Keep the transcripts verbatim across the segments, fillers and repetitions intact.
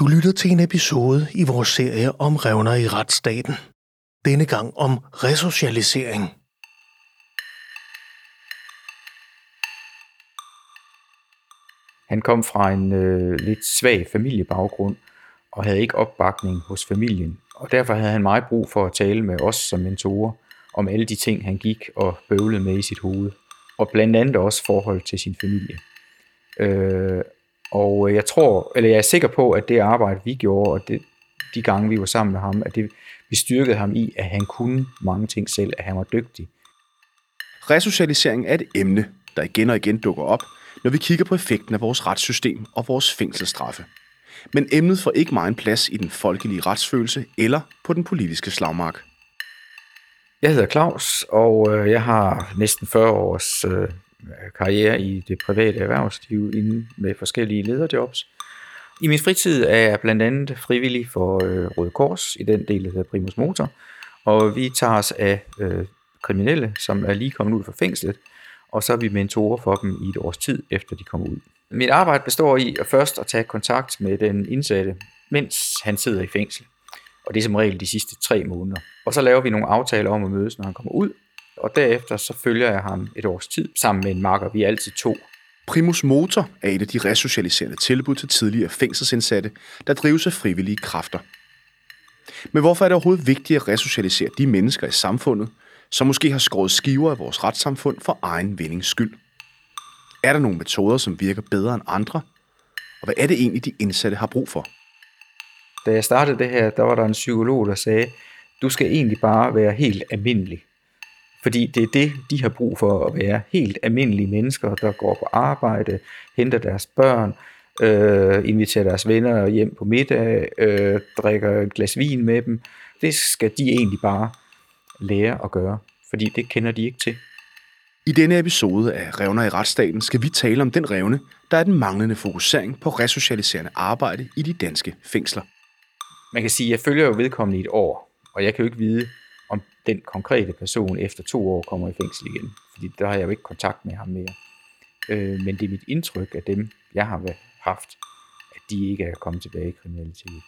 Du lytter til en episode i vores serie om revner i retsstaten. Denne gang om resocialisering. Han kom fra en øh, lidt svag familiebaggrund og havde ikke opbakning hos familien. Og derfor havde han meget brug for at tale med os som mentorer om alle de ting, han gik og bøvlede med i sit hoved. Og blandt andet også forhold til sin familie. Øh, og jeg tror, eller jeg er sikker på, at det arbejde, vi gjorde, og det, de gange, vi var sammen med ham, at det bestyrkede ham i, at han kunne mange ting selv, at han var dygtig. Resocialisering er et emne, der igen og igen dukker op, når vi kigger på effekten af vores retssystem og vores fængselsstraffe. Men emnet får ikke meget plads i den folkelige retsfølelse eller på den politiske slagmark. Jeg hedder Claus, og jeg har næsten fyrre års øh, karriere i det private erhvervsliv inden med forskellige lederjobs. I min fritid er jeg blandt andet frivillig for øh, Røde Kors i den del, der hedder Primus Motor, og vi tager os af øh, kriminelle, som er lige kommet ud fra fængslet, og så er vi mentorer for dem i et års tid, efter de kommer ud. Mit arbejde består i at først at tage kontakt med den indsatte, mens han sidder i fængsel. Og det er som regel de sidste tre måneder. Og så laver vi nogle aftaler om at mødes, når han kommer ud. Og derefter så følger jeg ham et års tid sammen med en makker. Vi er altid to. Primus Motor er et af de resocialiserende tilbud til tidligere fængselsindsatte, der drives af frivillige kræfter. Men hvorfor er det overhovedet vigtigt at resocialisere de mennesker i samfundet, som måske har skåret skiver af vores retssamfund for egen vindings skyld? Er der nogle metoder, som virker bedre end andre? Og hvad er det egentlig, de indsatte har brug for? Da jeg startede det her, der var der en psykolog, der sagde, du skal egentlig bare være helt almindelig. Fordi det er det, de har brug for, at være helt almindelige mennesker, der går på arbejde, henter deres børn, øh, inviterer deres venner hjem på middag, øh, drikker et glas vin med dem. Det skal de egentlig bare lære at gøre, fordi det kender de ikke til. I denne episode af Revner i retsstaten skal vi tale om den revne, der er den manglende fokusering på resocialiserende arbejde i de danske fængsler. Man kan sige, at jeg følger jo vedkommende i et år, og jeg kan jo ikke vide, om den konkrete person efter to år kommer i fængsel igen, fordi der har jeg jo ikke kontakt med ham mere. Øh, men det er mit indtryk af dem, jeg har haft, at de ikke er kommet tilbage i kriminalitet.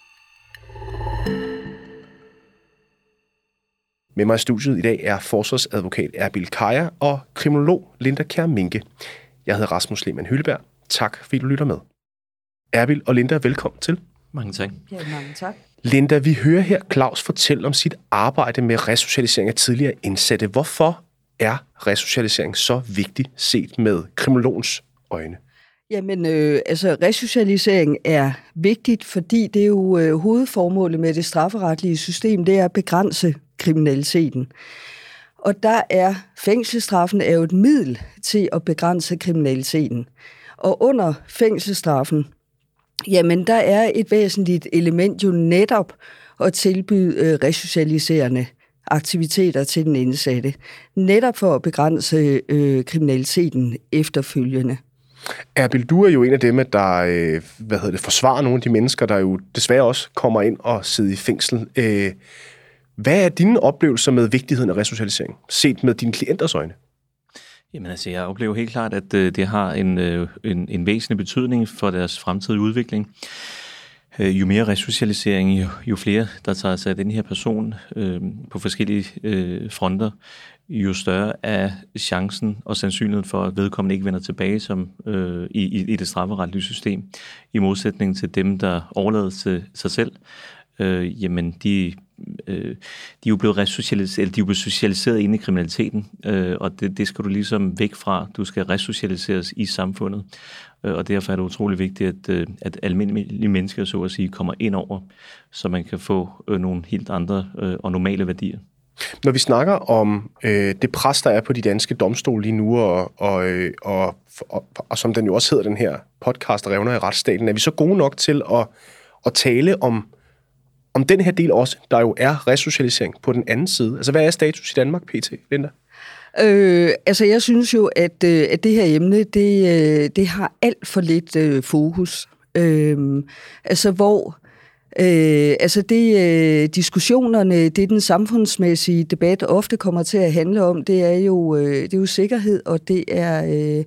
Med mig i studiet i dag er forsvarsadvokat Erbil Kaya og kriminolog Linda Kjær Minke. Jeg hedder Rasmus Lehmann Hylleberg. Tak fordi du lytter med. Erbil og Linda, velkommen til. Mange tak. Ja, mange tak. Linda, vi hører her Claus fortælle om sit arbejde med resocialisering af tidligere indsatte. Hvorfor er resocialisering så vigtig set med kriminologens øjne? Jamen, øh, altså resocialisering er vigtigt, fordi det er jo øh, hovedformålet med det strafferetlige system, det er at begrænse kriminaliteten. Og der er fængselsstraffen er jo et middel til at begrænse kriminaliteten. Og under fængselsstraffen, jamen der er et væsentligt element jo netop at tilbyde øh, resocialiserende aktiviteter til den indsatte. Netop for at begrænse øh, kriminaliteten efterfølgende. Erbil, du er jo en af dem, der øh, hvad hedder det, forsvarer nogle af de mennesker, der jo desværre også kommer ind og sidder i fængsel. Øh, hvad er dine oplevelser med vigtigheden af resocialisering, set med dine klienters øjne? Jamen altså, jeg oplever helt klart, at øh, det har en, øh, en, en væsentlig betydning for deres fremtidige udvikling. Øh, jo mere resocialisering, jo, jo flere, der tager sig af den her person øh, på forskellige øh, fronter, jo større er chancen og sandsynligheden for, at vedkommende ikke vender tilbage som, øh, i, i det strafferetlige system, i modsætning til dem, der overlader til sig selv. Øh, jamen, de, øh, de er jo blevet resocialiseret, de er jo blevet socialiseret ind i kriminaliteten, øh, og det, det skal du ligesom væk fra. Du skal resocialiseres i samfundet, øh, og derfor er det utrolig vigtigt, at, at almindelige mennesker, så at sige, kommer ind over, så man kan få øh, nogle helt andre øh, og normale værdier. Når vi snakker om øh, det pres, der er på de danske domstole lige nu, og, og, og, og, og som den jo også hedder, den her podcast, Revner i retsstaten, er vi så gode nok til at, at tale om, om den her del også, der jo er resocialisering på den anden side? Altså, hvad er status i Danmark, P T, Linda? Øh, altså, jeg synes jo, at, at det her emne, det, det har alt for lidt øh, fokus. Øh, altså, hvor... Øh, altså det øh, diskussionerne, det den samfundsmæssige debat ofte kommer til at handle om, det er jo, øh, det er jo sikkerhed, og det er, øh,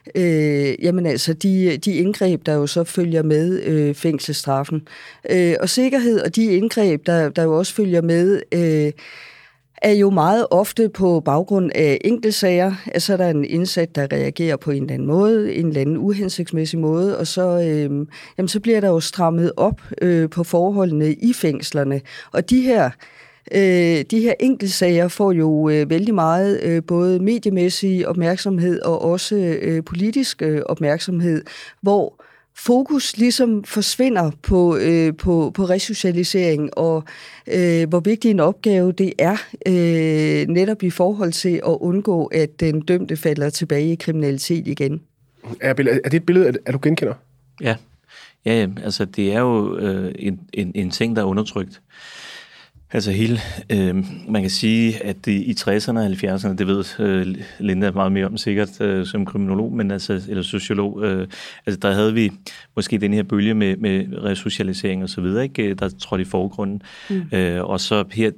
øh, jamen altså de, de indgreb, der jo så følger med øh, fængselsstraffen. Øh, og sikkerhed og de indgreb, der, der jo også følger med, øh, er jo meget ofte på baggrund af enkeltsager. Altså er der en indsat, der reagerer på en eller anden måde, en eller anden uhensigtsmæssig måde, og så, øh, jamen, så bliver der jo strammet op øh, på forholdene i fængslerne. Og de her Øh, de her enkeltsager får jo øh, vældig meget øh, både mediemæssig opmærksomhed og også øh, politisk øh, opmærksomhed, hvor fokus ligesom forsvinder på, øh, på, på resocialisering og øh, hvor vigtig en opgave det er øh, netop i forhold til at undgå, at den dømte falder tilbage i kriminalitet igen. Er, er det et billede, at du genkender? Ja, ja altså det er jo øh, en, en, en ting, der er undertrykt. Altså hele, øh, man kan sige, at det, i tresserne og halvfjerdserne, det ved øh, Linda meget mere om sikkert øh, som kriminolog, men altså, eller sociolog, øh, altså der havde vi måske den her bølge med, med resocialisering og så videre, ikke, der trådte i forgrunden. Mm. Øh, og så her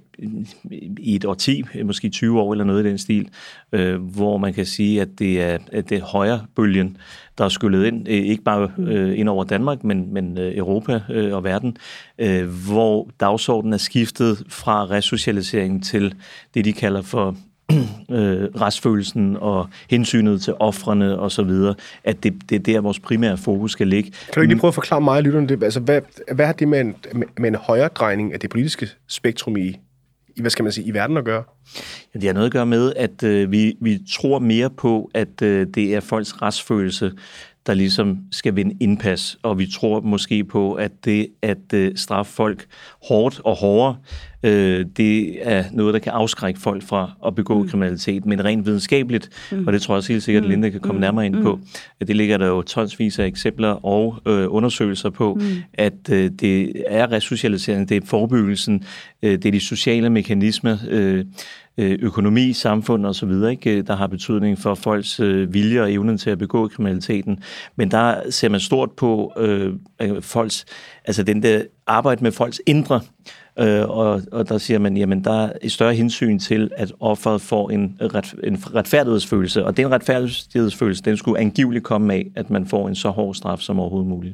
i et årti, måske tyve år eller noget i den stil, øh, hvor man kan sige, at det er, at det er højre bølgen, der er skyllet ind, ikke bare øh, ind over Danmark, men, men øh, Europa øh, og verden, øh, hvor dagsordenen er skiftet fra resocialisering til det, de kalder for øh, retsfølelsen og hensynet til ofrene og så videre, at det, det er der, vores primære fokus skal ligge. Kan du ikke lige prøve at forklare mig og lytterne det? Altså, hvad, hvad har det med en, med en højere drejning af det politiske spektrum i, i, hvad skal man sige, i verden at gøre? Ja, det har noget at gøre med, at øh, vi, vi tror mere på, at øh, det er folks retsfølelse, der ligesom skal vinde indpas, og vi tror måske på, at det at øh, straffe folk hårdt og hårdere, øh, det er noget, der kan afskrække folk fra at begå mm. kriminalitet, men rent videnskabeligt, mm. og det tror jeg også helt sikkert, at Linda kan komme mm. nærmere ind på, at det ligger der jo tonsvis af eksempler og øh, undersøgelser på, mm. at øh, det er resocialisering, det er forebyggelsen, øh, det er de sociale mekanismer, øh, økonomi, samfund og så videre, ikke, der har betydning for folks øh, vilje og evnen til at begå kriminaliteten. Men der ser man stort på øh, folks, altså den der arbejde med folks indre, øh, og, og der siger man, jamen der er et større hensyn til, at offeret får en, ret, en retfærdighedsfølelse, og den retfærdighedsfølelse, den skulle angiveligt komme af, at man får en så hård straf som overhovedet muligt.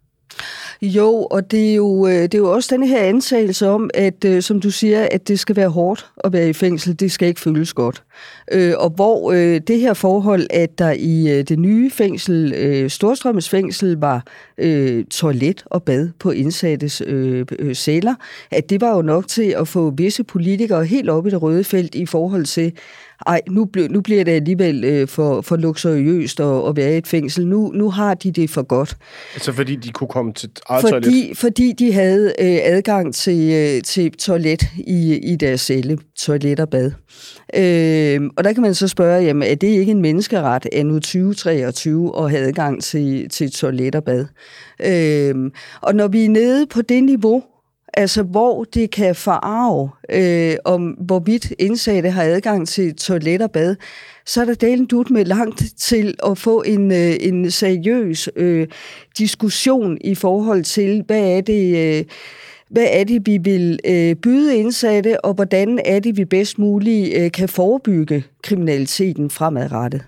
Jo, og det er jo, det er jo også denne her antagelse om, at som du siger, at det skal være hårdt at være i fængsel, det skal ikke føles godt. Og hvor det her forhold, at der i det nye fængsel, Storstrømmes fængsel, var toilet og bad på indsattes celler, at det var jo nok til at få visse politikere helt op i det røde felt i forhold til, ej, nu, bl- nu bliver det alligevel øh, for, for luksuriøst at, at være i et fængsel. Nu, nu har de det for godt. Altså fordi de kunne komme til eget fordi, toilet? Fordi de havde øh, adgang til, øh, til toilet i, i deres celle. Toilet og bad. Øh, og der kan man så spørge, jamen, er det ikke en menneskeret anno tyve treogtyve at have adgang til, til toilet og bad? Øh, og når vi er nede på det niveau, altså hvor det kan forarve, øh, om hvorvidt indsatte har adgang til toilet og bad, så er der delen dut med langt til at få en, øh, en seriøs øh, diskussion i forhold til, hvad er det, øh, hvad er det vi vil øh, byde indsatte, og hvordan er det, vi bedst muligt øh, kan forebygge kriminaliteten fremadrettet.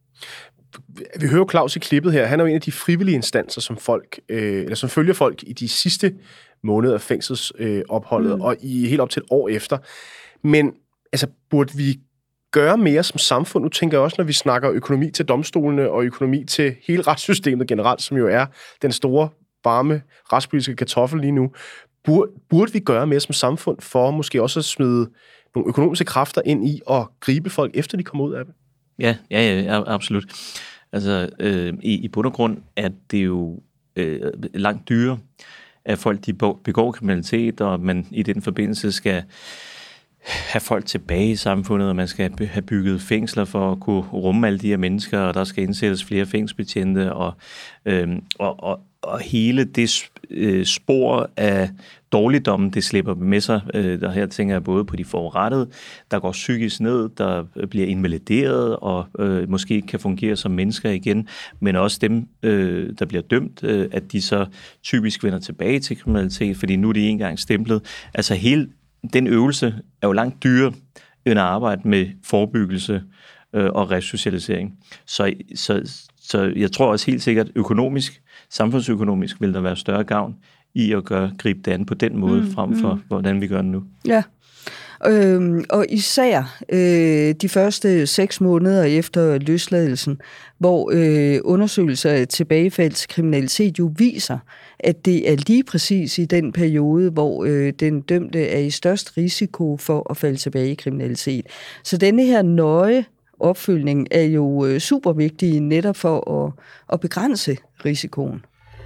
Vi hører Claus i klippet her. Han er jo en af de frivillige instanser, som folk, øh, eller som følger folk i de sidste måneder af fængselsopholdet, øh, mm. og i helt op til et år efter. Men altså, burde vi gøre mere som samfund? Nu tænker jeg også, når vi snakker økonomi til domstolene og økonomi til hele retssystemet generelt, som jo er den store, varme retspolitiske kartoffel lige nu. Burde, burde vi gøre mere som samfund for måske også at smide nogle økonomiske kræfter ind i at gribe folk, efter de kommer ud af det? Ja, ja, ja, absolut. Altså, øh, i, i bund og grund er det jo øh, langt dyrere, at folk de begår kriminalitet, og man i den forbindelse skal have folk tilbage i samfundet, og man skal have bygget fængsler for at kunne rumme alle de her mennesker, og der skal indsættes flere fængselsbetjente, og, øh, og, og, og hele det spor af dårligdommen, det slipper med sig. Der her tænker jeg både på de forurettede, der går psykisk ned, der bliver invalideret og øh, måske ikke kan fungere som mennesker igen, men også dem, øh, der bliver dømt, øh, at de så typisk vender tilbage til kriminalitet, fordi nu er de engang stemplet. Altså hele den øvelse er jo langt dyrere end at arbejde med forebyggelse øh, og resocialisering. Så, så så jeg tror også helt sikkert økonomisk, samfundsøkonomisk vil der være større gavn i at gøre, gribe det an på den måde, mm, frem for mm. hvordan vi gør det nu. Ja. Øhm, og især øh, de første seks måneder efter løsladelsen, hvor øh, undersøgelser af tilbagefaldskriminalitet jo viser, at det er lige præcis i den periode, hvor øh, den dømte er i størst risiko for at falde tilbage i kriminalitet. Så denne her nøje opfølgning er jo øh, super vigtig netop for at, at begrænse risikoen.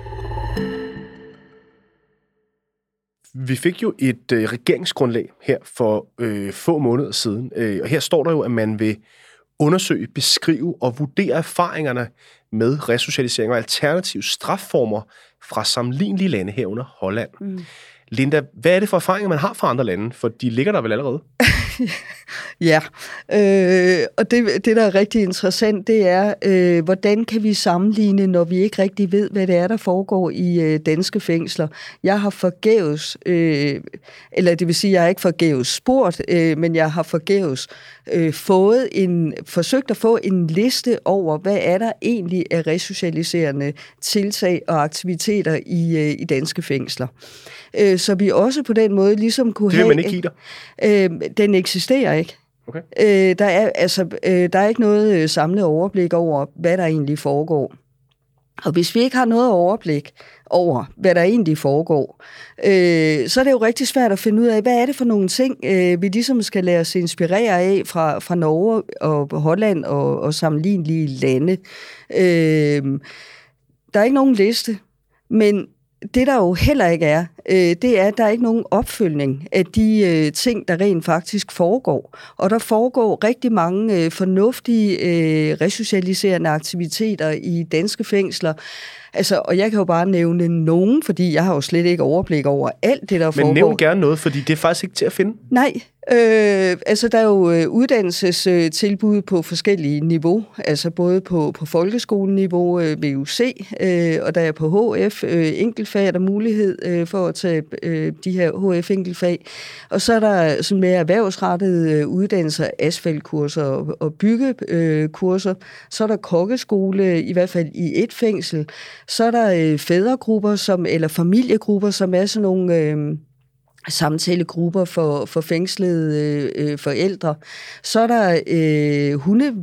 Vi fik jo et øh, regeringsgrundlag her for øh, få måneder siden, øh, og her står der jo, at man vil undersøge, beskrive og vurdere erfaringerne med resocialisering og alternative strafformer fra sammenlignelige lande herunder Holland. Mm. Linda, hvad er det for erfaringer, man har fra andre lande? For de ligger der vel allerede? Ja, øh, og det, det, der er rigtig interessant, det er, øh, hvordan kan vi sammenligne, når vi ikke rigtig ved, hvad det er, der foregår i øh, danske fængsler. Jeg har forgæves, øh, eller det vil sige, jeg har ikke forgæves spurgt, øh, men jeg har forgæves øh, fået en, forsøgt at få en liste over, hvad er der egentlig af resocialiserende tiltag og aktiviteter i, øh, i danske fængsler. Øh, så vi også på den måde ligesom kunne det vil have... man ikke give dig? Øh, den eksisterer ikke. Okay. Øh, der, er, altså, øh, der er ikke noget øh, samlet overblik over, hvad der egentlig foregår. Og hvis vi ikke har noget overblik over, hvad der egentlig foregår, øh, så er det jo rigtig svært at finde ud af, hvad er det for nogle ting, øh, vi ligesom skal lade os inspirere af fra, fra Norge og Holland og, og sammenlignelige lande. Øh, der er ikke nogen liste, men det, der jo heller ikke er, øh, det er, at der er ikke nogen opfølgning af de øh, ting, der rent faktisk foregår. Og der foregår rigtig mange øh, fornuftige øh, resocialiserende aktiviteter i danske fængsler. Altså, og jeg kan jo bare nævne nogen, fordi jeg har jo slet ikke overblik over alt det, der Men foregår. Men nævn gerne noget, fordi det er faktisk ikke til at finde. Nej, øh, altså der er jo øh, uddannelsestilbud på forskellige niveau, altså både på, på folkeskoleniveau, øh, V U C, øh, og der er på H F øh, enkeltfag, er der mulighed øh, for at tage øh, de her H F enkeltfag. Og så er der sådan mere erhvervsrettede øh, uddannelser, asfaltkurser og, og byggekurser. Øh, så er der kokkeskole, i hvert fald i et fængsel. Så er der øh, fædregrupper, som, eller familiegrupper, som er sådan nogle øh, samtalegrupper for, for fængslede øh, forældre. Så er der øh,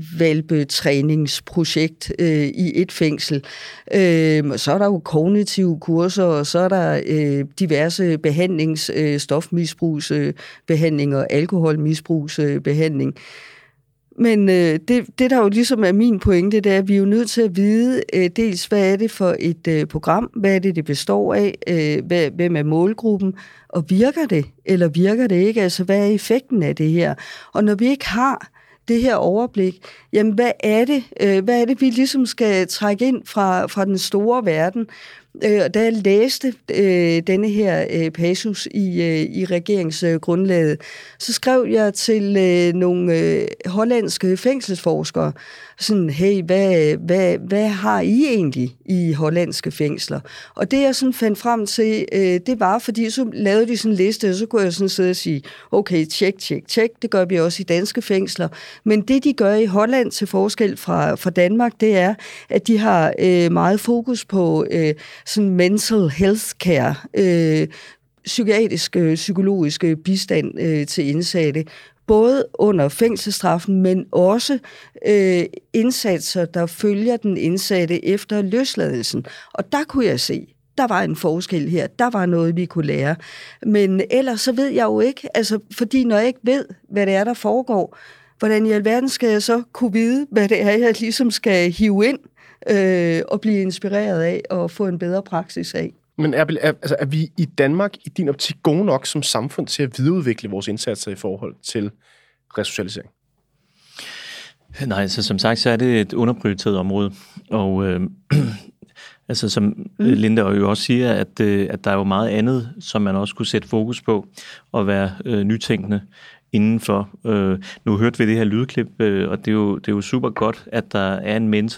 hundevalpetræningsprojekt øh, i et fængsel. Øh, så er der jo kognitive kurser, og så er der øh, diverse behandlings, øh, stofmisbrugsbehandling og alkoholmisbrugsbehandling. Men øh, det, det, der jo ligesom er min pointe, det er, at vi er jo nødt til at vide, øh, dels hvad er det for et øh, program, hvad er det, det består af, øh, hvad, hvem er målgruppen, og virker det, eller virker det ikke? Altså, hvad er effekten af det her? Og når vi ikke har det her overblik, jamen, hvad er det, øh, hvad er det vi ligesom skal trække ind fra, fra den store verden? Øh, da jeg læste øh, denne her øh, passus i, øh, i regeringsgrundlaget, øh, så skrev jeg til øh, nogle øh, hollandske fængselsforskere, sådan, hey, hvad, hvad, hvad har I egentlig i hollandske fængsler? Og det jeg sådan fandt frem til, øh, det var, fordi så lavede de sådan en liste, og så kunne jeg sådan sidde og sige, okay, tjek, tjek, tjek, det gør vi også i danske fængsler. Men det de gør i Holland til forskel fra, fra Danmark, det er, at de har øh, meget fokus på øh, sådan mental health care, øh, psykiatrisk, øh, psykologisk bistand øh, til indsatte, både under fængselsstraffen, men også øh, indsatser, der følger den indsatte efter løsladelsen. Og der kunne jeg se, der var en forskel her, der var noget, vi kunne lære. Men ellers så ved jeg jo ikke, altså, fordi når jeg ikke ved, hvad det er, der foregår, hvordan i alverden skal jeg så kunne vide, hvad det er, jeg ligesom skal hive ind øh, og blive inspireret af og få en bedre praksis af. Men er, er, altså, er vi i Danmark i din optik gode nok som samfund til at videreudvikle vores indsatser i forhold til resocialisering? Nej, altså som sagt, så er det et underprioriteret område. Og øh, altså som mm. Linda jo også siger, at, øh, at der er jo meget andet, som man også kunne sætte fokus på og være øh, nytænkende indenfor. Øh, nu hørte vi det her lydklip, øh, og det er, jo, det er jo super godt, at der er en mentor,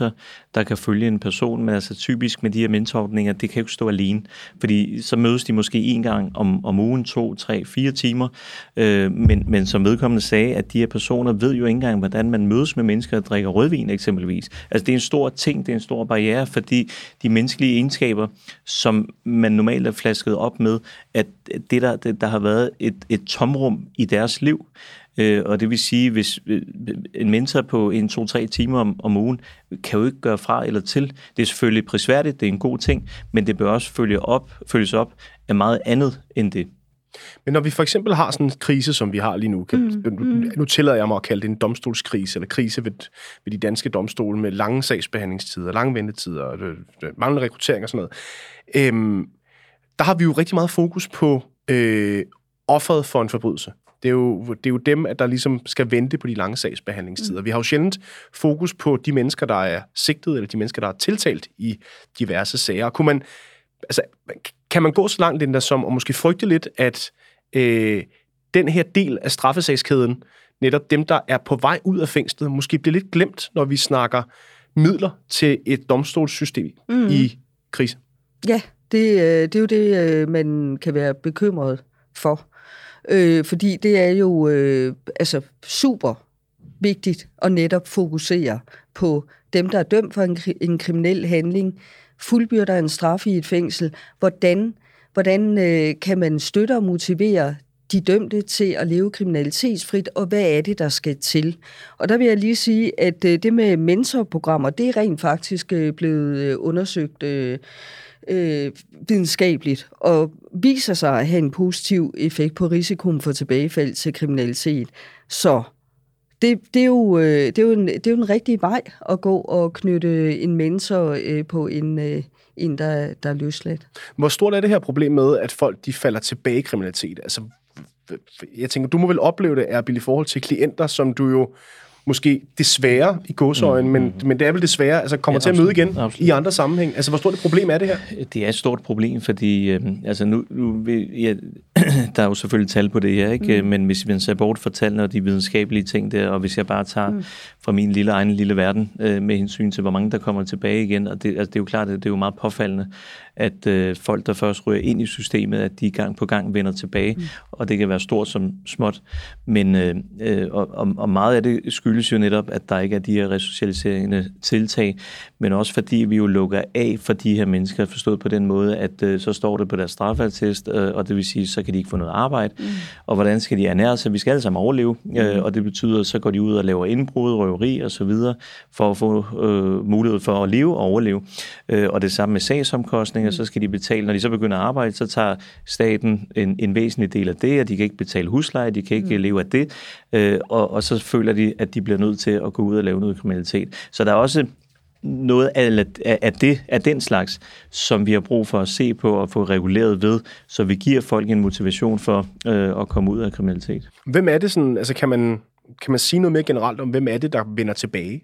der kan følge en person, men altså typisk med de her mentorordninger, det kan jo ikke stå alene, fordi så mødes de måske en gang om, om ugen, to, tre, fire timer, øh, men, men som vedkommende sagde, at de her personer ved jo ikke engang, hvordan man mødes med mennesker, der drikker rødvin eksempelvis. Altså det er en stor ting, det er en stor barriere, fordi de menneskelige egenskaber, som man normalt er flasket op med, at det der, det, der har været et, et tomrum i deres liv, øh, og det vil sige, hvis en mentor på en, to, tre timer om, om ugen, kan jo ikke gøre fra eller til. Det er selvfølgelig prisværdigt, det er en god ting, men det bør også følge op, følges op af meget andet end det. Men når vi for eksempel har sådan en krise, som vi har lige nu, kan, mm, nu, mm. nu tillader jeg mig at kalde det en domstolskrise, eller krise ved, ved de danske domstole med lange sagsbehandlingstider, lange ventetider, og manglende rekruttering og sådan noget. Øhm, der har vi jo rigtig meget fokus på øh, offeret for en forbrydelse. Det er, jo, det er jo dem, at der ligesom skal vente på de lange sagsbehandlingstider. Mm. Vi har jo sjældent fokus på de mennesker, der er sigtet, eller de mennesker, der er tiltalt i diverse sager. Kunne man, altså, kan man gå så langt ind der som, og måske frygte lidt, at øh, den her del af straffesagskæden, netop dem, der er på vej ud af fængslet, måske bliver lidt glemt, når vi snakker midler til et domstolssystem mm. i krise? Ja, det, det er jo det, man kan være bekymret for. Øh, fordi det er jo øh, altså super vigtigt at netop fokusere på dem, der er dømt for en, en kriminel handling, fuldbyrder en straf i et fængsel. Hvordan, hvordan øh, kan man støtte og motivere de dømte til at leve kriminalitetsfrit, og hvad er det, der skal til? Og der vil jeg lige sige, at øh, det med mentorprogrammer, det er rent faktisk øh, blevet øh, undersøgt øh, øh, videnskabeligt, og viser sig at have en positiv effekt på risikoen for tilbagefald til kriminalitet. Så det, det, er, jo, øh, det, er, jo en, det er jo en rigtig vej at gå og knytte en mentor øh, på en, øh, en der, der er løsladt. Hvor stort er det her problem med, at folk de falder tilbage i kriminalitet? Altså, jeg tænker, du må vel opleve det, Erbil, i forhold til klienter, som du jo måske desværre i gåseøjne, mm, men, mm. men det er vel desværre, altså kommer ja, til at møde igen absolut. I andre sammenhæng. Altså, hvor stort et problem er det her? Det er et stort problem, fordi øh, altså nu, nu ja, der er jo selvfølgelig tal på det her, ikke? Mm. Men hvis man ser bort fra tallene og de videnskabelige ting der, og hvis jeg bare tager mm. fra min lille egen lille verden øh, med hensyn til, hvor mange der kommer tilbage igen, og det, altså, det er jo klart, at det er jo meget påfaldende, at øh, folk, der først ryger ind i systemet, at de gang på gang vender tilbage, mm. og det kan være stort som småt, men øh, og, og meget af det skyldes jo netop, at der ikke er de her resocialiserende tiltag, men også fordi vi jo lukker af for de her mennesker, forstået på den måde, at øh, så står det på deres straffeattest, øh, og det vil sige, så kan de ikke få noget arbejde, mm. og hvordan skal de ernære sig? Vi skal alle sammen overleve, øh, og det betyder, så går de ud og laver indbrud, røveri og så videre, for at få øh, mulighed for at leve og overleve, øh, og det samme med sagsomkostninger, så skal de betale. Når de så begynder at arbejde, så tager staten en, en væsentlig del af det, og de kan ikke betale husleje, de kan ikke mm. leve af det, øh, og, og så føler de, at de bliver nødt til at gå ud og lave noget kriminalitet. Så der er også noget af, af, det, af den slags, som vi har brug for at se på og få reguleret ved, så vi giver folk en motivation for øh, at komme ud af kriminalitet. Hvem er det sådan, altså kan man, kan man sige noget mere generelt om, hvem er det, der vender tilbage?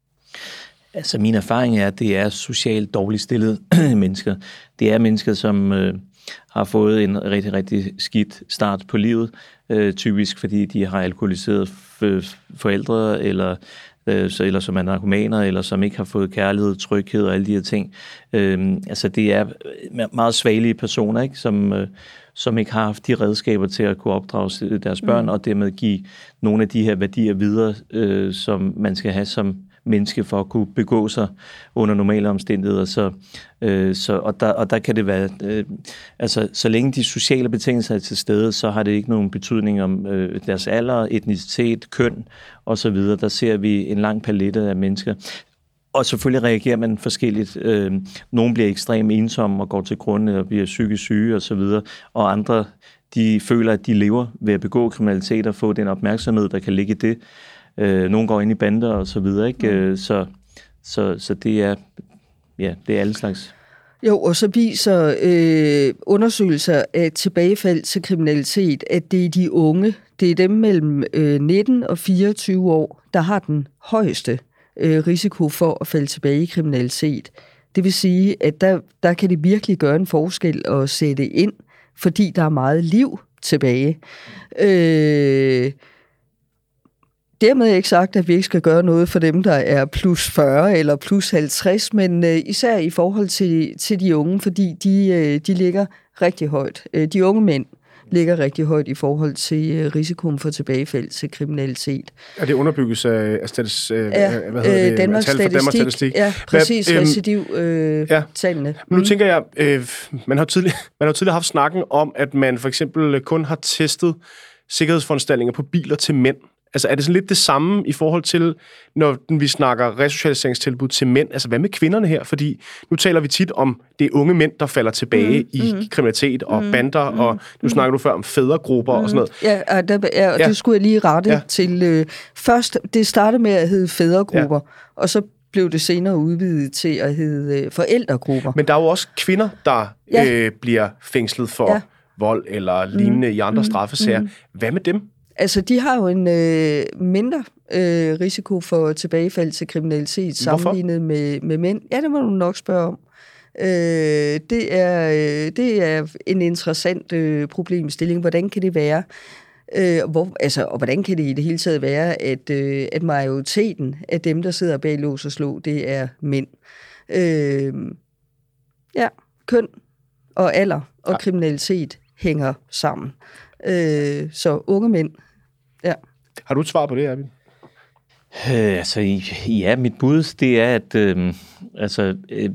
Altså min erfaring er, at det er socialt dårligt stillede mennesker. Det er mennesker, som øh, har fået en rigtig, rigtig skidt start på livet, øh, typisk fordi de har alkoholiseret f- forældre, eller, øh, eller som er narkomaner, eller som ikke har fået kærlighed, tryghed og alle de her ting. Øh, altså det er meget svagelige personer, ikke? Som, øh, som ikke har haft de redskaber til at kunne opdrage deres børn, mm. og dermed give nogle af de her værdier videre, øh, som man skal have som menneske for at kunne begå sig under normale omstændigheder. Så, øh, så, og, der, og der kan det være, øh, altså så længe de sociale betingelser er til stede, så har det ikke nogen betydning om øh, deres alder, etnicitet, køn osv. Der ser vi en lang palette af mennesker. Og selvfølgelig reagerer man forskelligt. Øh, nogle bliver ekstremt ensomme og går til grunde og bliver psykisk syge osv., og andre de føler, at de lever ved at begå kriminalitet og få den opmærksomhed, der kan ligge i det. Øh, nogle går ind i bander og så videre, ikke? Mm. Så, så, så det er, ja, det er alle slags. Jo, og så viser øh, undersøgelser af tilbagefald til kriminalitet, at det er de unge, det er dem mellem øh, nitten og fireogtyve år, der har den højeste øh, risiko for at falde tilbage i kriminalitet. Det vil sige, at der, der kan det virkelig gøre en forskel at sætte ind, fordi der er meget liv tilbage. Øh, dermed ikke sagt, at vi ikke skal gøre noget for dem, der er plus fyrre eller plus halvtreds, men øh, især i forhold til, til de unge, fordi de, øh, de ligger rigtig højt. Øh, de unge mænd ligger rigtig højt i forhold til øh, risikoen for tilbagefald til kriminalitet. Er det underbygges af, af statis, øh, ja, hvad hedder det? Danmarks Tal for Statistik. Danmarks Statistik. Ja, præcis. Hvad, øhm, recidiv-tallene. Øh, ja. Men nu tænker jeg, øh, man har tidligere, man har tidligere haft snakken om, at man for eksempel kun har testet sikkerhedsforanstaltninger på biler til mænd. Altså er det sådan lidt det samme i forhold til, når vi snakker resocialiseringstilbud til mænd? Altså hvad med kvinderne her? Fordi nu taler vi tit om det unge mænd, der falder tilbage mm, i mm, kriminalitet og mm, bander, mm, og nu snakker du før om fædregrupper mm, og sådan noget. Ja, og, der, ja, og ja. det skulle jeg lige rette ja. til. Øh, først, det startede med at hedde fædregrupper, ja. og så blev det senere udvidet til at hedde øh, forældregrupper. Men der er jo også kvinder, der ja. øh, bliver fængslet for ja. vold eller lignende mm, i andre mm, straffesager. Mm. Hvad med dem? Altså, de har jo en øh, mindre øh, risiko for tilbagefald til kriminalitet sammenlignet med, med mænd. Ja, det må du nok spørge om. Øh, det, er, øh, det er en interessant øh, problemstilling. Hvordan kan det være? Øh, hvor, altså, og hvordan kan det i det hele taget være, at, øh, at majoriteten af dem, der sidder bag lås og slå, det er mænd? Øh, ja, køn og alder og ja. kriminalitet hænger sammen. Øh, så unge mænd. Ja. Har du et svar på det, Erwin? Øh, altså, ja, mit bud, det er, at øh, altså, øh,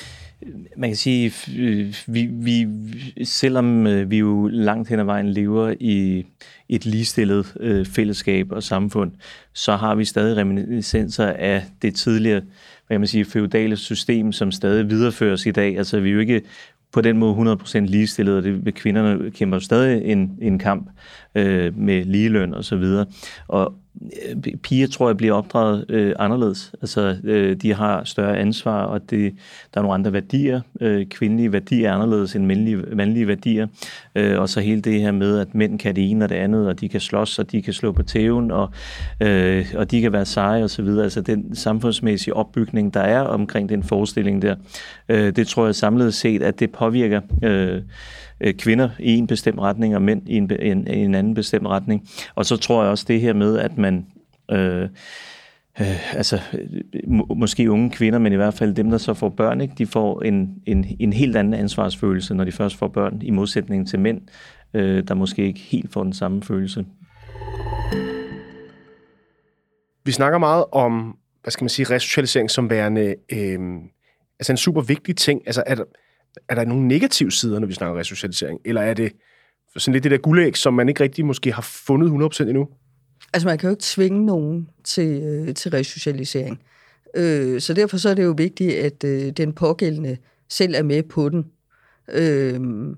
man kan sige, øh, vi, vi, selvom øh, vi jo langt hen ad vejen lever i et ligestillet øh, fællesskab og samfund, så har vi stadig reminiscenser af det tidligere, hvad kan man sige, feudale system, som stadig videreføres i dag. Altså, vi er jo ikke på den måde hundrede procent ligestillet, og det ved kvinderne kæmper stadig en, en kamp øh, med ligeløn og så videre. Og øh, piger, tror jeg, bliver opdraget øh, anderledes. Altså, øh, de har større ansvar, og det, der er nogle andre værdier. Øh, kvindelige værdier er anderledes end mandlige, mandlige værdier. Øh, og så hele det her med, at mænd kan det ene og det andet, og de kan slås, og de kan slå på tæven, og, øh, og de kan være seje og så videre. Altså, den samfundsmæssige opbygning, der er omkring den forestilling der, øh, det tror jeg samlet set, at det påvirker øh, kvinder i en bestemt retning, og mænd i en, en, en anden bestemt retning. Og så tror jeg også det her med, at man, øh, øh, altså må, måske unge kvinder, men i hvert fald dem, der så får børn, ikke, de får en, en, en helt anden ansvarsfølelse, når de først får børn, i modsætning til mænd, øh, der måske ikke helt får den samme følelse. Vi snakker meget om, hvad skal man sige, resocialisering som værende øh, altså en super vigtig ting. Altså er der, er der nogle negative sider, når vi snakker resocialisering? Eller er det sådan lidt det der guldæg, som man ikke rigtig måske har fundet hundrede procent endnu? Altså, man kan jo ikke tvinge nogen til, øh, til resocialisering. Øh, så derfor så er det jo vigtigt, at øh, den pågældende selv er med på den. Øh,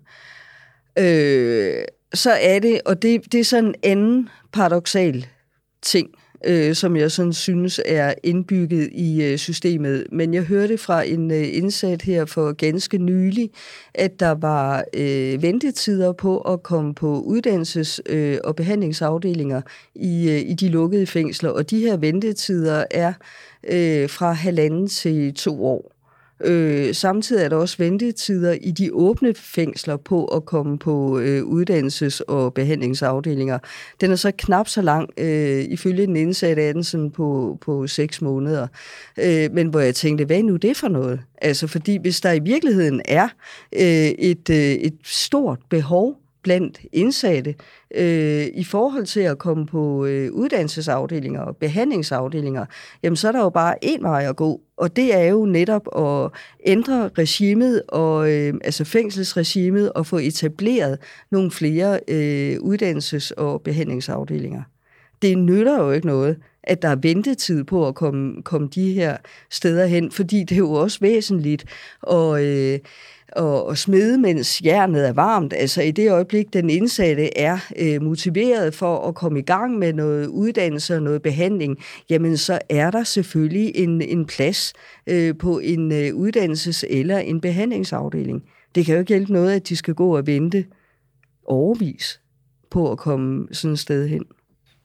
øh, så er det, og det, det er sådan en anden paradoksal ting, øh, som jeg sådan synes er indbygget i øh, systemet. Men jeg hørte fra en øh, indsat her for ganske nylig, at der var øh, ventetider på at komme på uddannelses- øh, og behandlingsafdelinger i, øh, i de lukkede fængsler, og de her ventetider er øh, fra halvanden til to år. Øh, samtidig er der også ventetider i de åbne fængsler på at komme på øh, uddannelses- og behandlingsafdelinger. Den er så knap så lang, øh, ifølge den indsatte er den sådan på, på seks måneder. Øh, men hvor jeg tænkte, hvad er nu det for noget? Altså, fordi hvis der i virkeligheden er øh, et, øh, et stort behov blandt indsatte øh, i forhold til at komme på øh, uddannelsesafdelinger og behandlingsafdelinger, jamen så er der jo bare én vej at gå, og det er jo netop at ændre regimet, og, øh, altså fængselsregimet, og få etableret nogle flere øh, uddannelses- og behandlingsafdelinger. Det nytter jo ikke noget, at der er ventetid på at komme, komme de her steder hen, fordi det er jo også væsentligt at øh, og, og smede, mens jernet er varmt. Altså i det øjeblik, den indsatte er øh, motiveret for at komme i gang med noget uddannelse og noget behandling, jamen så er der selvfølgelig en, en plads øh, på en øh, uddannelses- eller en behandlingsafdeling. Det kan jo ikke hjælpe noget, at de skal gå og vente overvis på at komme sådan et sted hen.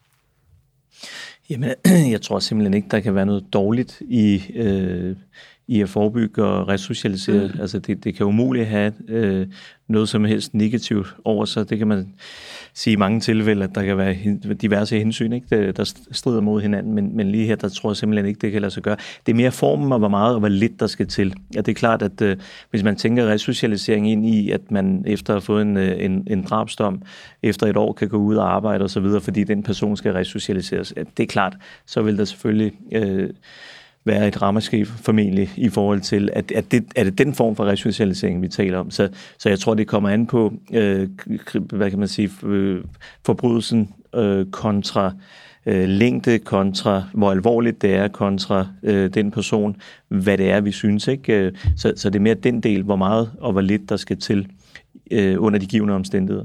Jamen, jeg tror simpelthen ikke, der kan være noget dårligt i... Øh i at forebygge og resocialisere. Mm. Altså det, det kan umuligt have øh, noget som helst negativt over sig. Det kan man sige i mange tilfælde, at der kan være diverse hensyn, ikke, der strider mod hinanden, men, men lige her, der tror jeg simpelthen ikke, det kan lade sig gøre. Det er mere formen og hvor meget og hvor lidt der skal til. Ja, det er klart, at øh, hvis man tænker resocialisering ind i, at man efter at have fået en, en, en drabsdom, efter et år kan gå ud og arbejde osv., fordi den person skal resocialiseres, det er klart, så vil der selvfølgelig øh, være et ramaskrig formentlig i forhold til, at, at det, er det den form for resocialisering, vi taler om. Så, så jeg tror, det kommer an på, øh, hvad kan man sige, øh, forbrydelsen øh, kontra øh, længde, kontra hvor alvorligt det er, kontra øh, den person, hvad det er, vi synes. Ikke? Så, så det er mere den del, hvor meget og hvor lidt der skal til øh, under de givne omstændigheder.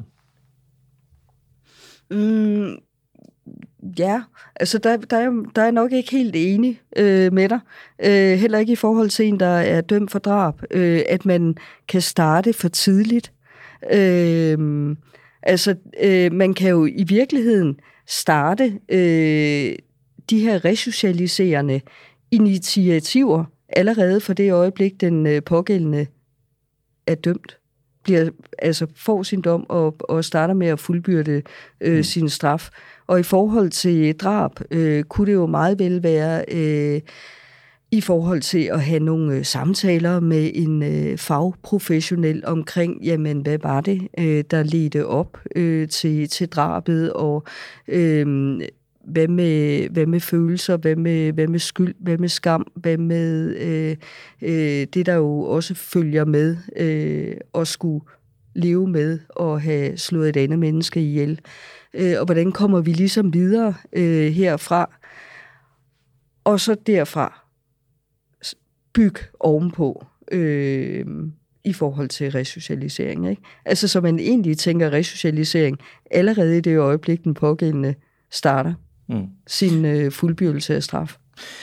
Mm. Ja, altså der, der, er, der er nok ikke helt enig øh, med dig. Øh, heller ikke i forhold til en, der er dømt for drab, øh, at man kan starte for tidligt. Øh, altså, øh, man kan jo i virkeligheden starte øh, de her resocialiserende initiativer allerede for det øjeblik, den øh, pågældende er dømt. Bliver, altså får sin dom og, og starter med at fuldbyrde øh, mm. sin straf. Og i forhold til drab, øh, kunne det jo meget vel være øh, i forhold til at have nogle øh, samtaler med en øh, fagprofessionel omkring, jamen hvad var det, øh, der ledte op øh, til, til drabet, og øh, hvad, med, hvad med følelser, hvad med, hvad med skyld, hvad med skam, hvad med øh, øh, det, der jo også følger med øh, at skulle leve med og have slået et andet menneske ihjel. Og hvordan kommer vi ligesom videre øh, herfra, og så derfra bygge ovenpå øh, i forhold til resocialisering. Ikke? Altså så man egentlig tænker resocialisering allerede i det øjeblik, den pågældende starter mm. sin øh, fuldbyrdelse af straf.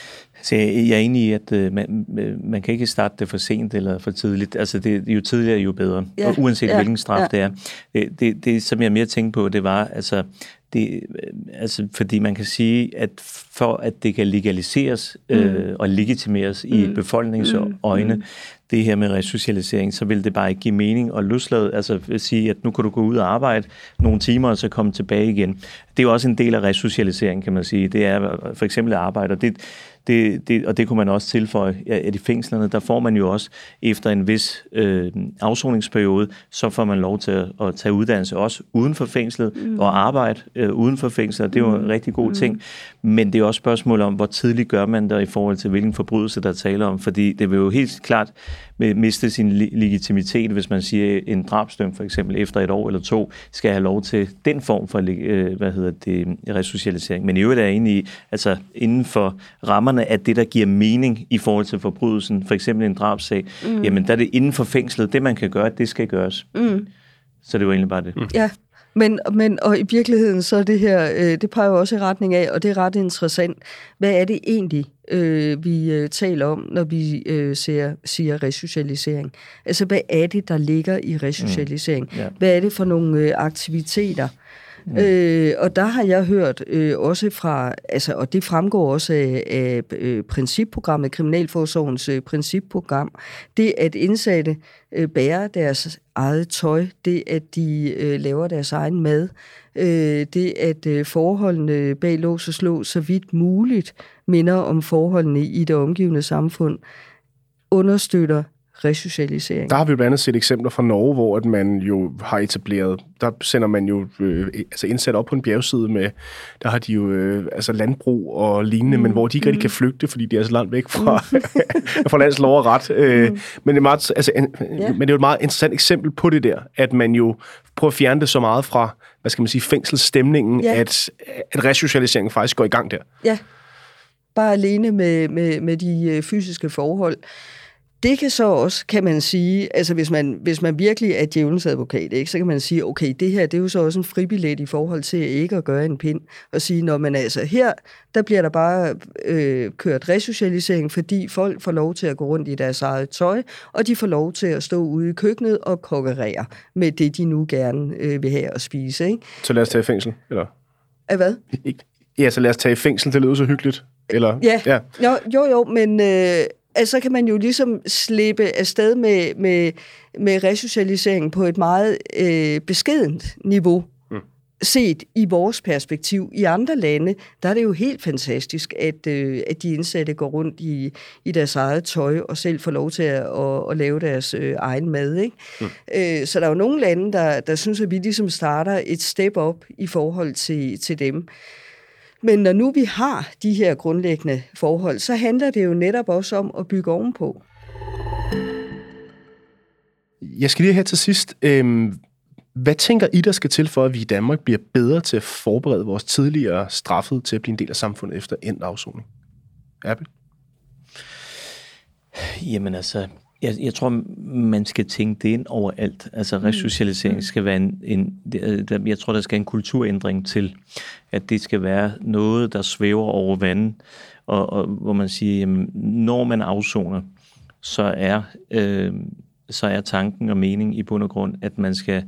Så jeg er enig i, at øh, man, man kan ikke starte det for sent eller for tidligt. Altså, det, jo tidligere, jo bedre. Ja, og uanset ja, hvilken straf ja. det er. Det, det, det, som jeg mere tænkte på, det var, altså, det, altså, fordi man kan sige, at for at det kan legaliseres mm. øh, og legitimeres mm. i befolkningens mm. øjne, det her med resocialisering, så vil det bare ikke give mening at løslade, altså at sige, at nu kan du gå ud og arbejde nogle timer, og så komme tilbage igen. Det er jo også en del af resocialisering, kan man sige. Det er for eksempel at arbejde, og det, det, det, og det kunne man også tilføje, at i fængslerne, der får man jo også efter en vis øh, afsoningsperiode, så får man lov til at, at tage uddannelse også uden for fængslet, mm. og arbejde øh, uden for fængslet, det er jo en rigtig god mm. ting. Men det er også spørgsmål om, hvor tidligt gør man der i forhold til, hvilken forbrydelse der taler om, fordi det vil jo helt klart miste sin legitimitet, hvis man siger, en drabsdømt for eksempel efter et år eller to, skal have lov til den form for øh, hvad hedder det, resocialisering. Men i øvrigt er jeg enig i, altså inden for rammerne af det, der giver mening i forhold til forbrydelsen, for eksempel en drabsag, mm. jamen der er det inden for fængslet, det man kan gøre, det skal gøres. Mm. Så det var egentlig bare det. Mm. Ja. Men, men og i virkeligheden, så er det her, øh, det peger jo også i retning af, og det er ret interessant, hvad er det egentlig, øh, vi øh, taler om, når vi øh, ser, siger resocialisering? Altså, hvad er det, der ligger i resocialisering? Mm. Yeah. Hvad er det for nogle øh, aktiviteter? Mm. Øh, og der har jeg hørt øh, også fra, altså, og det fremgår også af, af øh, principprogrammet, Kriminalforsorgens øh, principprogram, det at indsatte øh, bærer deres eget tøj, det at de øh, laver deres egen mad, øh, det at øh, forholdene bag lås og slå så vidt muligt minder om forholdene i det omgivende samfund, understøtter resocialisering. Der har vi blandt andet set eksempler fra Norge, hvor at man jo har etableret, der sender man jo øh, altså indsat op på en bjergside med, der har de jo øh, altså landbrug og lignende, mm. men hvor de ikke rigtig kan flygte, fordi de er så langt væk fra, mm. fra landets lov og ret. Øh, mm. men, det er meget, altså, en, yeah. men det er jo et meget interessant eksempel på det der, at man jo prøver at fjerne det så meget fra, hvad skal man sige, fængselsstemningen, yeah. at, at resocialiseringen faktisk går i gang der. Ja, bare alene med, med, med de fysiske forhold. Det kan så også, kan man sige, altså hvis man, hvis man virkelig er djævelens advokat, ikke, så kan man sige, okay, det her, det er jo så også en fribillet i forhold til ikke at gøre en pind, og sige, når man altså her, der bliver der bare øh, kørt resocialisering, fordi folk får lov til at gå rundt i deres eget tøj, og de får lov til at stå ude i køkkenet og kokkerere med det, de nu gerne øh, vil have at spise. Ikke? Så lad os tage i fængsel, eller? Af hvad? Ja, så lad os tage i fængsel, det lyder så hyggeligt. Eller? Ja, ja. Jo, jo, jo, men... Øh, altså kan man jo ligesom slippe afsted med, med, med resocialisering på et meget øh, beskedent niveau. Set i vores perspektiv. I andre lande, der er det jo helt fantastisk, at, øh, at de indsatte går rundt i, i deres eget tøj og selv får lov til at, at, at lave deres øh, egen mad. Ikke? Mm. Øh, så der er jo nogle lande, der, der synes, at vi ligesom starter et step op i forhold til, til dem. Men når nu vi har de her grundlæggende forhold, så handler det jo netop også om at bygge ovenpå. Jeg skal lige her til sidst... Øh... Hvad tænker I, der skal til for, at vi i Danmark bliver bedre til at forberede vores tidligere straffede til at blive en del af samfundet efter endt afsoning? Erbil? Jamen altså, jeg, jeg tror, man skal tænke det ind overalt. Altså resocialisering skal være en, en... Jeg tror, der skal en kulturændring til, at det skal være noget, der svæver over vandet, og, og hvor man siger, jamen, når man afsoner, så er, øh, så er tanken og mening i bund og grund, at man skal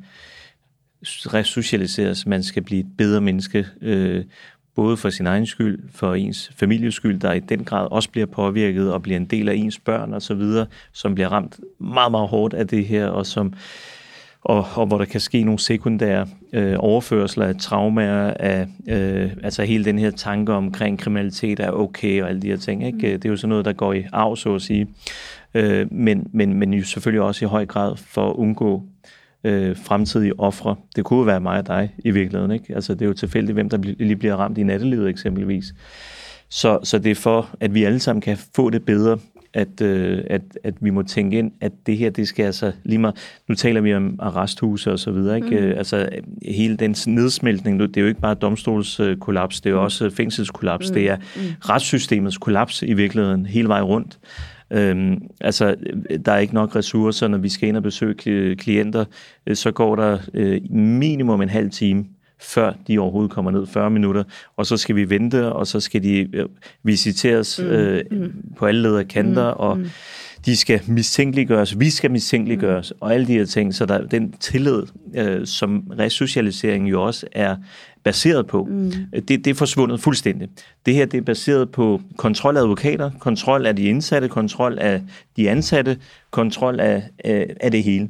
resocialiseres, man skal blive et bedre menneske, øh, både for sin egen skyld, for ens families skyld, der i den grad også bliver påvirket og bliver en del af ens børn og så videre, som bliver ramt meget, meget hårdt af det her, og som og, og hvor der kan ske nogle sekundære øh, overførsler af traumer, af øh, altså hele den her tanke omkring kriminalitet er okay og alle de her ting. Ikke? Det er jo sådan noget, der går i arv, så at sige. Øh, men, men, men jo selvfølgelig også i høj grad for at undgå øh, fremtidige ofre. Det kunne jo være mig og dig i virkeligheden. Ikke? Altså, det er jo tilfældigt, hvem der lige bliver ramt i nattelivet eksempelvis. Så, så det er for, at vi alle sammen kan få det bedre, at, øh, at, at vi må tænke ind, at det her, det skal altså lige meget... Nu taler vi om arresthuse og så videre, ikke? Mm. Altså, hele den nedsmeltning, det er jo ikke bare domstolskollaps, det er jo også fængselskollaps, mm. det er retssystemets kollaps i virkeligheden, hele vejen rundt. Øhm, altså, der er ikke nok ressourcer, når vi skal ind og besøge klienter, så går der øh, minimum en halv time, før de overhovedet kommer ned, fyrre minutter, og så skal vi vente, og så skal de øh, visiteres øh, mm, mm. på alle leder kanter, mm, og mm. de skal mistænkeliggøres, vi skal mistænkeliggøres, mm. og alle de her ting. Så der den tillid, øh, som resocialisering jo også er baseret på, mm. det, det er forsvundet fuldstændig. Det her, det er baseret på kontrol af advokater, kontrol af de indsatte, kontrol af de ansatte, kontrol af, af, af det hele.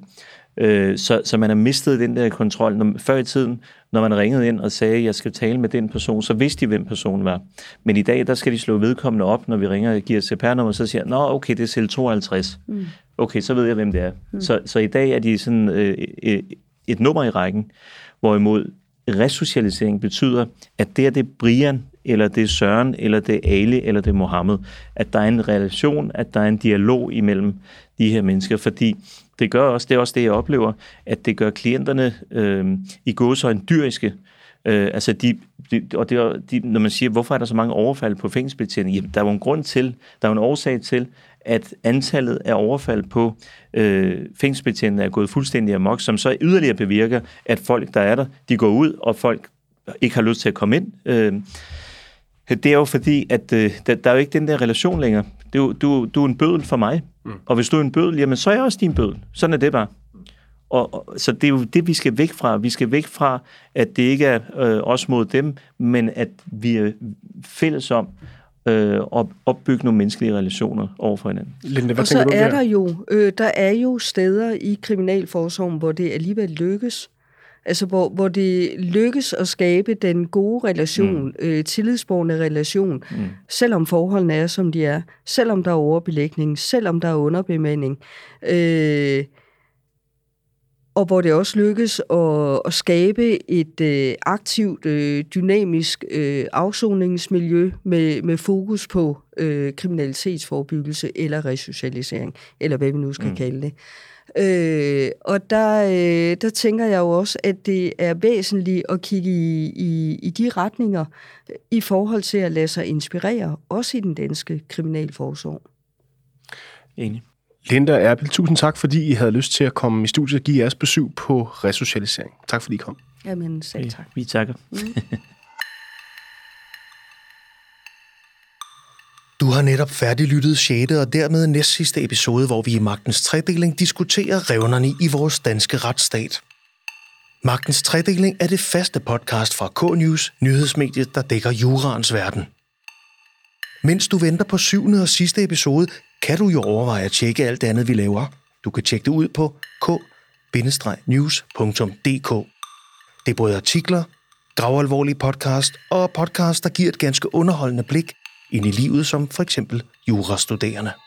Så, så man har mistet den der kontrol. Når, før i tiden, når man ringede ind og sagde, at jeg skal tale med den person, så vidste de, hvem personen var. Men i dag, der skal de slå vedkommende op, når vi ringer og giver C P R-nummer, så siger jeg, nå, okay, det er celle tooghalvtreds. Mm. Okay, så ved jeg, hvem det er. Mm. Så, så i dag er de sådan øh, øh, et nummer i rækken, hvorimod resocialisering betyder, at det er det Brian, eller det er Søren, eller det er Ali, eller det er Mohammed. At der er en relation, at der er en dialog imellem de her mennesker, fordi det gør også, det er også det, jeg oplever, at det gør klienterne øh, i gåseøjne dyriske. Øh, altså de, de, og det er, de, når man siger, hvorfor er der så mange overfald på fængselsbetjente? Jamen, der er jo en grund til, der er jo en årsag til, at antallet af overfald på øh, fængselsbetjente er gået fuldstændig amok, som så yderligere bevirker, at folk, der er der, de går ud, og folk ikke har lyst til at komme ind. Øh, det er jo fordi, at øh, der, der er jo ikke den der relation længere. Du, du, du er en bødel for mig, mm. og hvis du er en bødel, jamen så er jeg også din bødel. Sådan er det bare. Og, og, så det er jo det, vi skal væk fra. Vi skal væk fra, at det ikke er øh, os mod dem, men at vi er fælles om øh, at opbygge nogle menneskelige relationer over for hinanden. Linde, hvad og så er der jo, øh, der er jo steder i kriminalforsorgen, hvor det alligevel lykkes. Altså, hvor, hvor det lykkes at skabe den gode relation, mm. øh, tillidsbårende relation, mm. selvom forholdene er, som de er, selvom der er overbelægning, selvom der er underbemanding, øh, og hvor det også lykkes at, at skabe et øh, aktivt, øh, dynamisk øh, afsoningsmiljø med, med fokus på øh, kriminalitetsforebyggelse eller resocialisering, eller hvad vi nu skal mm. kalde det. Øh, og der, øh, der tænker jeg jo også, at det er væsentligt at kigge i, i, i de retninger i forhold til at lade sig inspirere, også i den danske kriminalforsorg. Enig. Linda og Erbil, tusind tak, fordi I havde lyst til at komme i studiet og give jeres besøg på resocialisering. Tak fordi I kom. Jamen, selv tak. Vi takker. Mm. Du har netop færdiglyttet sjette og dermed næstsidste episode, hvor vi i Magtens Tredeling diskuterer revnerne i vores danske retsstat. Magtens Tredeling er det faste podcast fra K-News, nyhedsmediet, der dækker juraens verden. Mens du venter på syvende og sidste episode, kan du jo overveje at tjekke alt det andet, vi laver. Du kan tjekke det ud på k bindestreg news punktum d k. Det er både artikler, gravalvorlige podcast og podcast, der giver et ganske underholdende blik ind i livet som for eksempel jurastuderende.